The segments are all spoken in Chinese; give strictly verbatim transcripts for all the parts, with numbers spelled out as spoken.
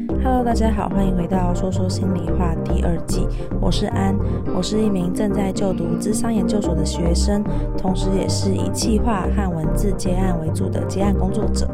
Hello， 大家好，欢迎回到说说心里话第二季，我是安，我是一名正在就读諮商研究所的学生，同时也是以企划和文字接案为主的接案工作者。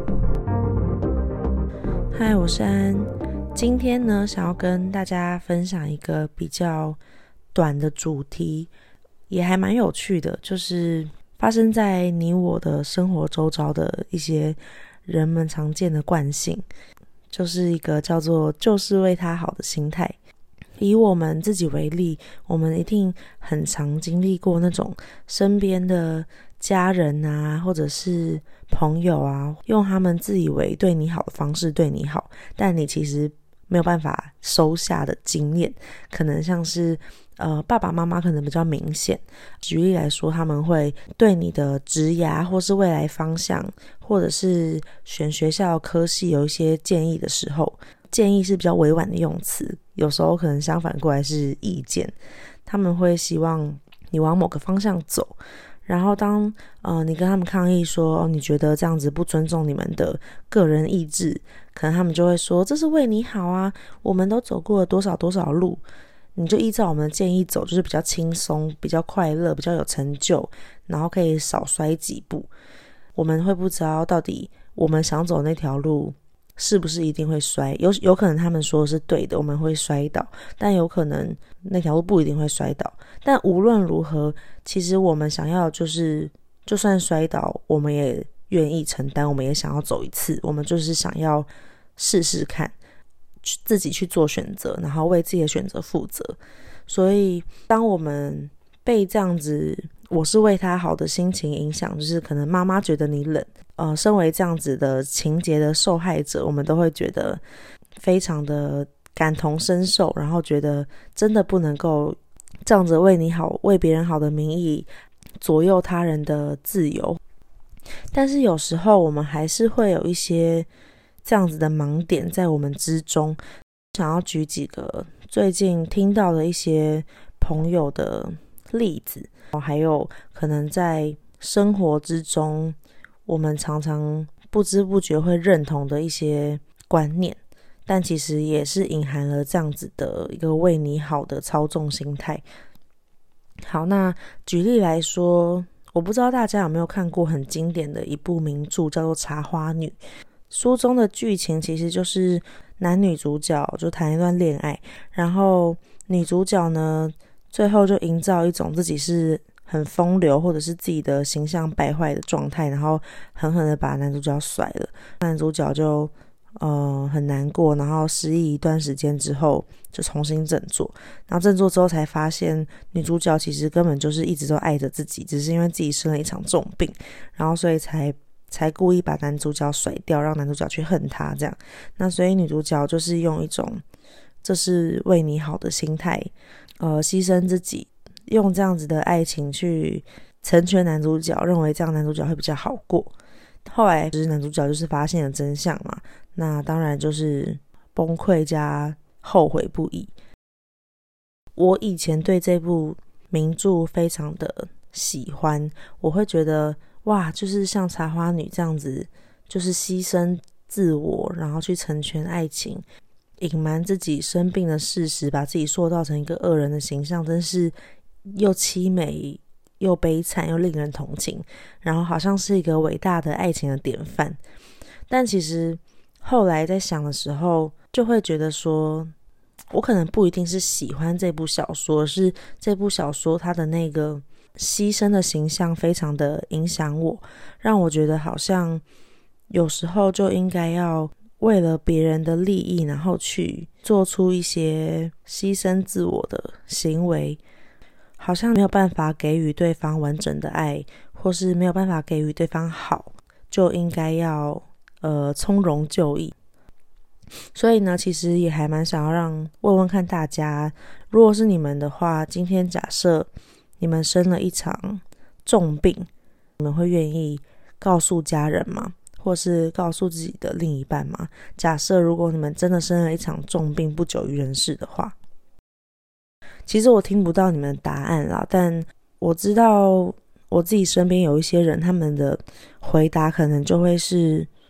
嗨，我是安，今天呢，想要跟大家分享一个比较短的主题，也还蛮有趣的，就是发生在你我的生活周遭的一些人们常见的惯性，就是一个叫做就是为他好的心态。以我们自己为例，我们一定很常经历过那种身边的家人啊，或者是朋友啊，用他们自以为对你好的方式对你好，但你其实没有办法收下的经验。可能像是呃，爸爸妈妈可能比较明显，举例来说，他们会对你的职涯或是未来方向，或者是选学校科系有一些建议的时候，建议是比较委婉的用词，有时候可能相反过来是意见。他们会希望你往某个方向走，然后当呃你跟他们抗议说、哦、你觉得这样子不尊重你们的个人意志，可能他们就会说这是为你好啊，我们都走过了多少多少路，你就依照我们的建议走，就是比较轻松，比较快乐，比较有成就，然后可以少摔几步。我们会不知道到底我们想走那条路是不是一定会摔，有有可能他们说的是对的，我们会摔倒，但有可能那条路不一定会摔倒。但无论如何，其实我们想要就是就算摔倒我们也愿意承担，我们也想要走一次，我们就是想要试试看，自己去做选择，然后为自己的选择负责。所以当我们被这样子我是为他好的心情影响，就是可能妈妈觉得你冷，呃，身为这样子的情节的受害者，我们都会觉得非常的感同身受，然后觉得真的不能够这样子为你好，为别人好的名义左右他人的自由。但是有时候我们还是会有一些这样子的盲点在我们之中，想要举几个最近听到的一些朋友的例子，还有可能在生活之中我们常常不知不觉会认同的一些观念，但其实也是隐含了这样子的一个为你好的操纵心态。好，那举例来说，我不知道大家有没有看过很经典的一部名著叫做《茶花女》。书中的剧情其实就是男女主角就谈一段恋爱，然后女主角呢最后就营造一种自己是很风流或者是自己的形象败坏的状态，然后狠狠的把男主角甩了。男主角就呃很难过，然后失忆一段时间之后就重新振作，然后振作之后才发现女主角其实根本就是一直都爱着自己，只是因为自己生了一场重病，然后所以才才故意把男主角甩掉，让男主角去恨他这样。那所以女主角就是用一种这是为你好的心态，呃，牺牲自己，用这样子的爱情去成全男主角，认为这样男主角会比较好过。后来就是男主角就是发现了真相嘛，那当然就是崩溃加后悔不已。我以前对这部名著非常的喜欢，我会觉得哇，就是像茶花女这样子，就是牺牲自我，然后去成全爱情，隐瞒自己生病的事实，把自己塑造成一个恶人的形象，真是又凄美又悲惨又令人同情，然后好像是一个伟大的爱情的典范。但其实后来在想的时候，就会觉得说我可能不一定是喜欢这部小说，而是这部小说它的那个牺牲的形象非常的影响我，让我觉得好像有时候就应该要为了别人的利益，然后去做出一些牺牲自我的行为，好像没有办法给予对方完整的爱，或是没有办法给予对方好，就应该要呃从容就义。所以呢，其实也还蛮想要让问问看大家，如果是你们的话，今天假设你们生了一场重病，你们会愿意告诉家人吗？或是告诉自己的另一半吗？假设如果你们真的生了一场重病，不久于人世的话，其实我听不到你们的答案啦，但我知道我自己身边有一些人，他们的回答可能就会是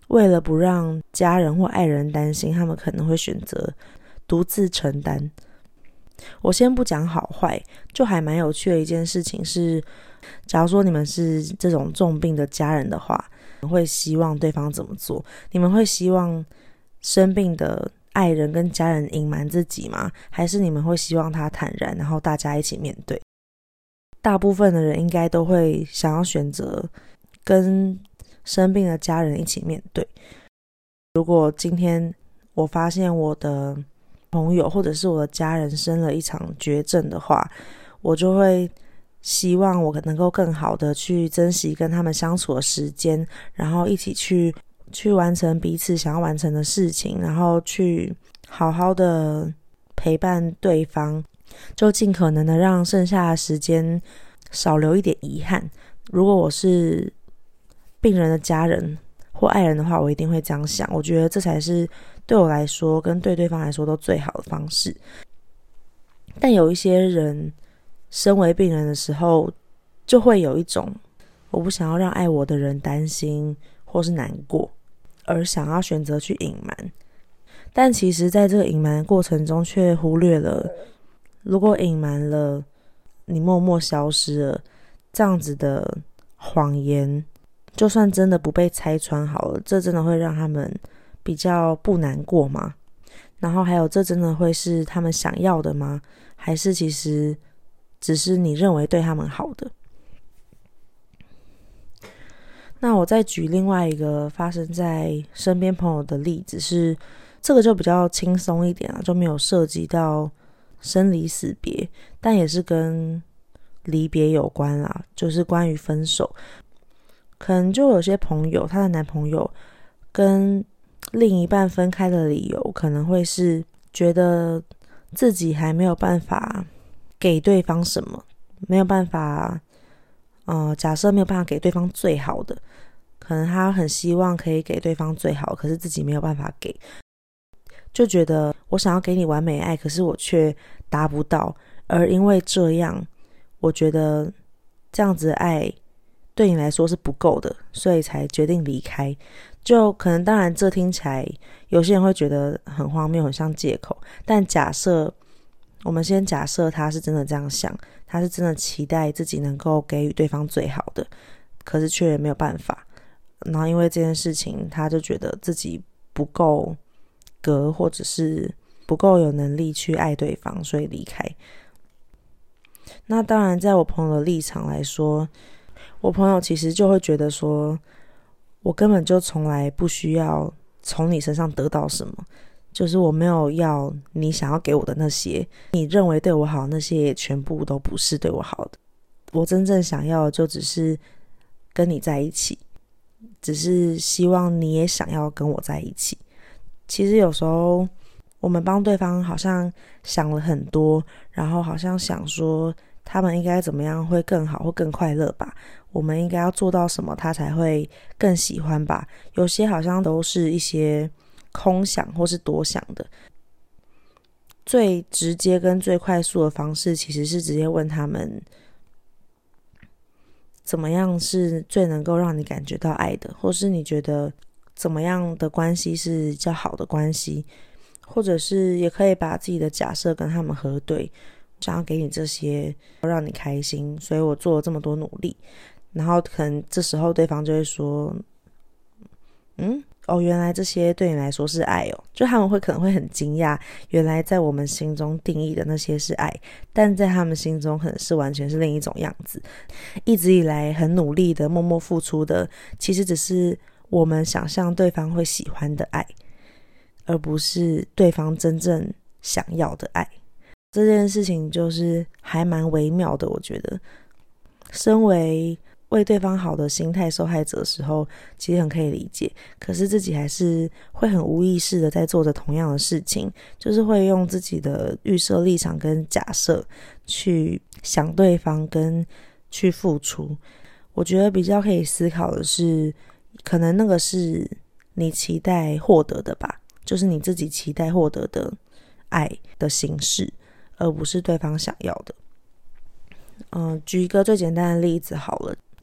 为了不让家人或爱人担心，他们可能会选择独自承担。我先不讲好坏，就还蛮有趣的一件事情是，假如说你们是这种重病的家人的话，你们会希望对方怎么做？你们会希望生病的爱人跟家人隐瞒自己吗？还是你们会希望他坦然，然后大家一起面对？大部分的人应该都会想要选择跟生病的家人一起面对。如果今天我发现我的朋友或者是我的家人生了一场绝症的话，我就会希望我能够更好的去珍惜跟他们相处的时间，然后一起去去完成彼此想要完成的事情，然后去好好的陪伴对方，就尽可能的让剩下的时间少留一点遗憾。如果我是病人的家人或爱人的话，我一定会这样想。我觉得这才是对我来说跟对对方来说都最好的方式。但有一些人身为病人的时候，就会有一种我不想要让爱我的人担心或是难过，而想要选择去隐瞒。但其实在这个隐瞒的过程中，却忽略了如果隐瞒了，你默默消失了，这样子的谎言就算真的不被拆穿好了，这真的会让他们比较不难过吗？然后还有，这真的会是他们想要的吗？还是其实只是你认为对他们好的？那我再举另外一个发生在身边朋友的例子，是这个就比较轻松一点啊，就没有涉及到生离死别，但也是跟离别有关啦，就是关于分手。可能就有些朋友，她的男朋友跟另一半分开的理由，可能会是觉得自己还没有办法给对方什么，没有办法，呃，假设没有办法给对方最好的，可能他很希望可以给对方最好，可是自己没有办法给，就觉得我想要给你完美爱，可是我却达不到，而因为这样，我觉得这样子的爱对你来说是不够的，所以才决定离开。就可能当然这听起来有些人会觉得很荒谬，很像借口，但假设我们先假设他是真的这样想，他是真的期待自己能够给予对方最好的，可是却没有办法，然后因为这件事情他就觉得自己不够格，或者是不够有能力去爱对方，所以离开。那当然在我朋友的立场来说，我朋友其实就会觉得说，我根本就从来不需要从你身上得到什么，就是我没有要你想要给我的那些，你认为对我好的那些也全部都不是对我好的，我真正想要的就只是跟你在一起，只是希望你也想要跟我在一起。其实有时候我们帮对方好像想了很多，然后好像想说他们应该怎么样会更好或更快乐吧，我们应该要做到什么他才会更喜欢吧，有些好像都是一些空想或是多想的。最直接跟最快速的方式其实是直接问他们怎么样是最能够让你感觉到爱的，或是你觉得怎么样的关系是比较好的关系，或者是也可以把自己的假设跟他们核对，想要给你这些让你开心，所以我做了这么多努力。然后可能这时候对方就会说，嗯哦，原来这些对你来说是爱哦，就他们会可能会很惊讶，原来在我们心中定义的那些是爱，但在他们心中可能是完全是另一种样子。一直以来很努力的默默付出的，其实只是我们想象对方会喜欢的爱，而不是对方真正想要的爱。这件事情就是还蛮微妙的，我觉得身为为对方好的心态受害者的时候，其实很可以理解，可是自己还是会很无意识的在做着同样的事情，就是会用自己的预设立场跟假设去想对方跟去付出。我觉得比较可以思考的是，可能那个是你期待获得的吧，就是你自己期待获得的爱的形式，而不是对方想要的。嗯、呃，举一个最简单的例子好了，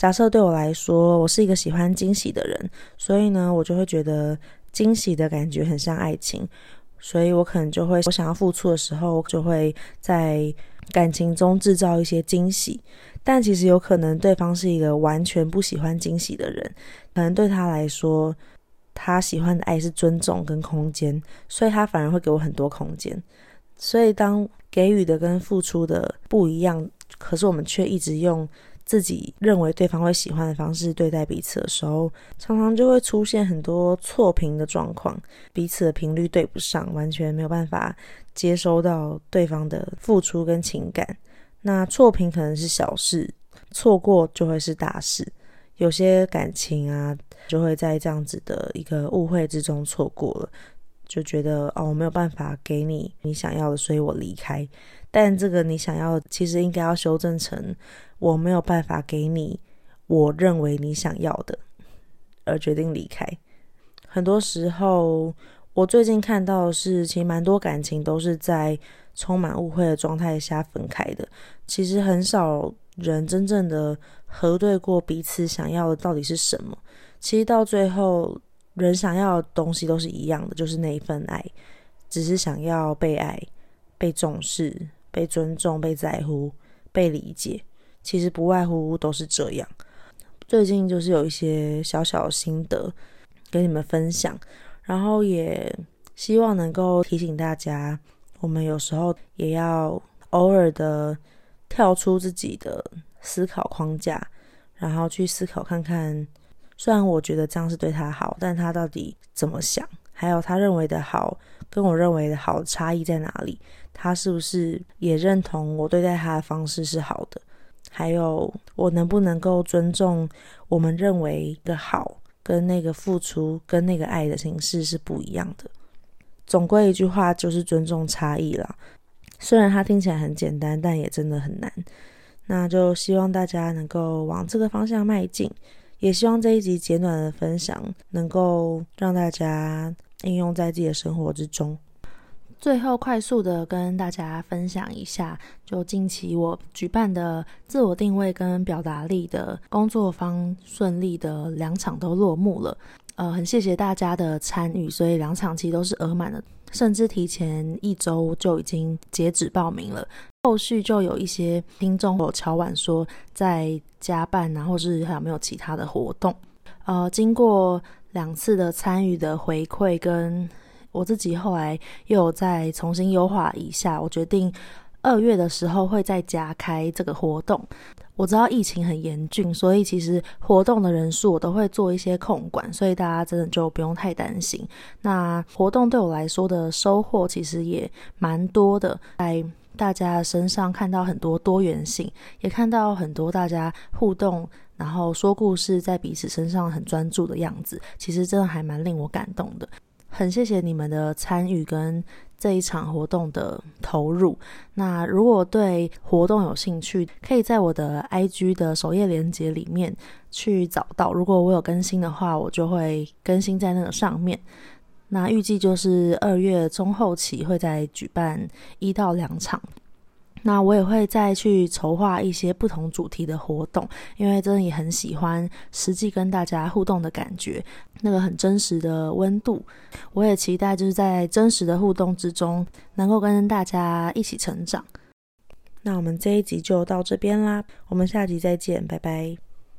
假设对我来说，我是一个喜欢惊喜的人，所以呢，我就会觉得惊喜的感觉很像爱情，所以我可能就会，我想要付出的时候，就会在感情中制造一些惊喜。但其实有可能对方是一个完全不喜欢惊喜的人，可能对他来说，他喜欢的爱是尊重跟空间，所以他反而会给我很多空间。所以当给予的跟付出的不一样，可是我们却一直用自己认为对方会喜欢的方式对待彼此的时候，常常就会出现很多错频的状况，彼此的频率对不上，完全没有办法接收到对方的付出跟情感。那错频可能是小事，错过就会是大事。有些感情啊，就会在这样子的一个误会之中错过了，就觉得哦，我没有办法给你你想要的，所以我离开。但这个你想要的，其实应该要修正成我没有办法给你我认为你想要的，而决定离开。很多时候我最近看到的是，其实蛮多感情都是在充满误会的状态下分开的。其实很少人真正的核对过彼此想要的到底是什么。其实到最后，人想要的东西都是一样的，就是那一份爱，只是想要被爱、被重视、被尊重、被在乎、被理解。其实不外乎都是这样。最近就是有一些小小的心得跟你们分享，然后也希望能够提醒大家，我们有时候也要偶尔的跳出自己的思考框架，然后去思考看看，虽然我觉得这样是对他好，但他到底怎么想，还有他认为的好跟我认为的好的差异在哪里，他是不是也认同我对待他的方式是好的，还有我能不能够尊重我们认为的好跟那个付出跟那个爱的形式是不一样的。总归一句话，就是尊重差异啦。虽然它听起来很简单，但也真的很难。那就希望大家能够往这个方向迈进，也希望这一集简短的分享能够让大家应用在自己的生活之中。最后快速的跟大家分享一下，就近期我举办的自我定位跟表达力的工作坊顺利的两场都落幕了。呃，很谢谢大家的参与，所以两场其实都是额满的，甚至提前一周就已经截止报名了。后续就有一些听众有敲碗说在加办啊，或是还有没有其他的活动。呃，经过两次的参与的回馈，跟我自己后来又有再重新优化一下，我决定二月的时候会再加开这个活动。我知道疫情很严峻，所以其实活动的人数我都会做一些控管，所以大家真的就不用太担心。那活动对我来说的收获其实也蛮多的，在大家身上看到很多多元性，也看到很多大家互动然后说故事，在彼此身上很专注的样子，其实真的还蛮令我感动的。很谢谢你们的参与跟这一场活动的投入。那如果对活动有兴趣，可以在我的 I G 的首页连结里面去找到，如果我有更新的话，我就会更新在那个上面。那预计就是二月中后期会再举办一到两场。那我也会再去筹划一些不同主题的活动，因为真的也很喜欢实际跟大家互动的感觉，那个很真实的温度。我也期待就是在真实的互动之中，能够跟大家一起成长。那我们这一集就到这边啦，我们下集再见，拜拜。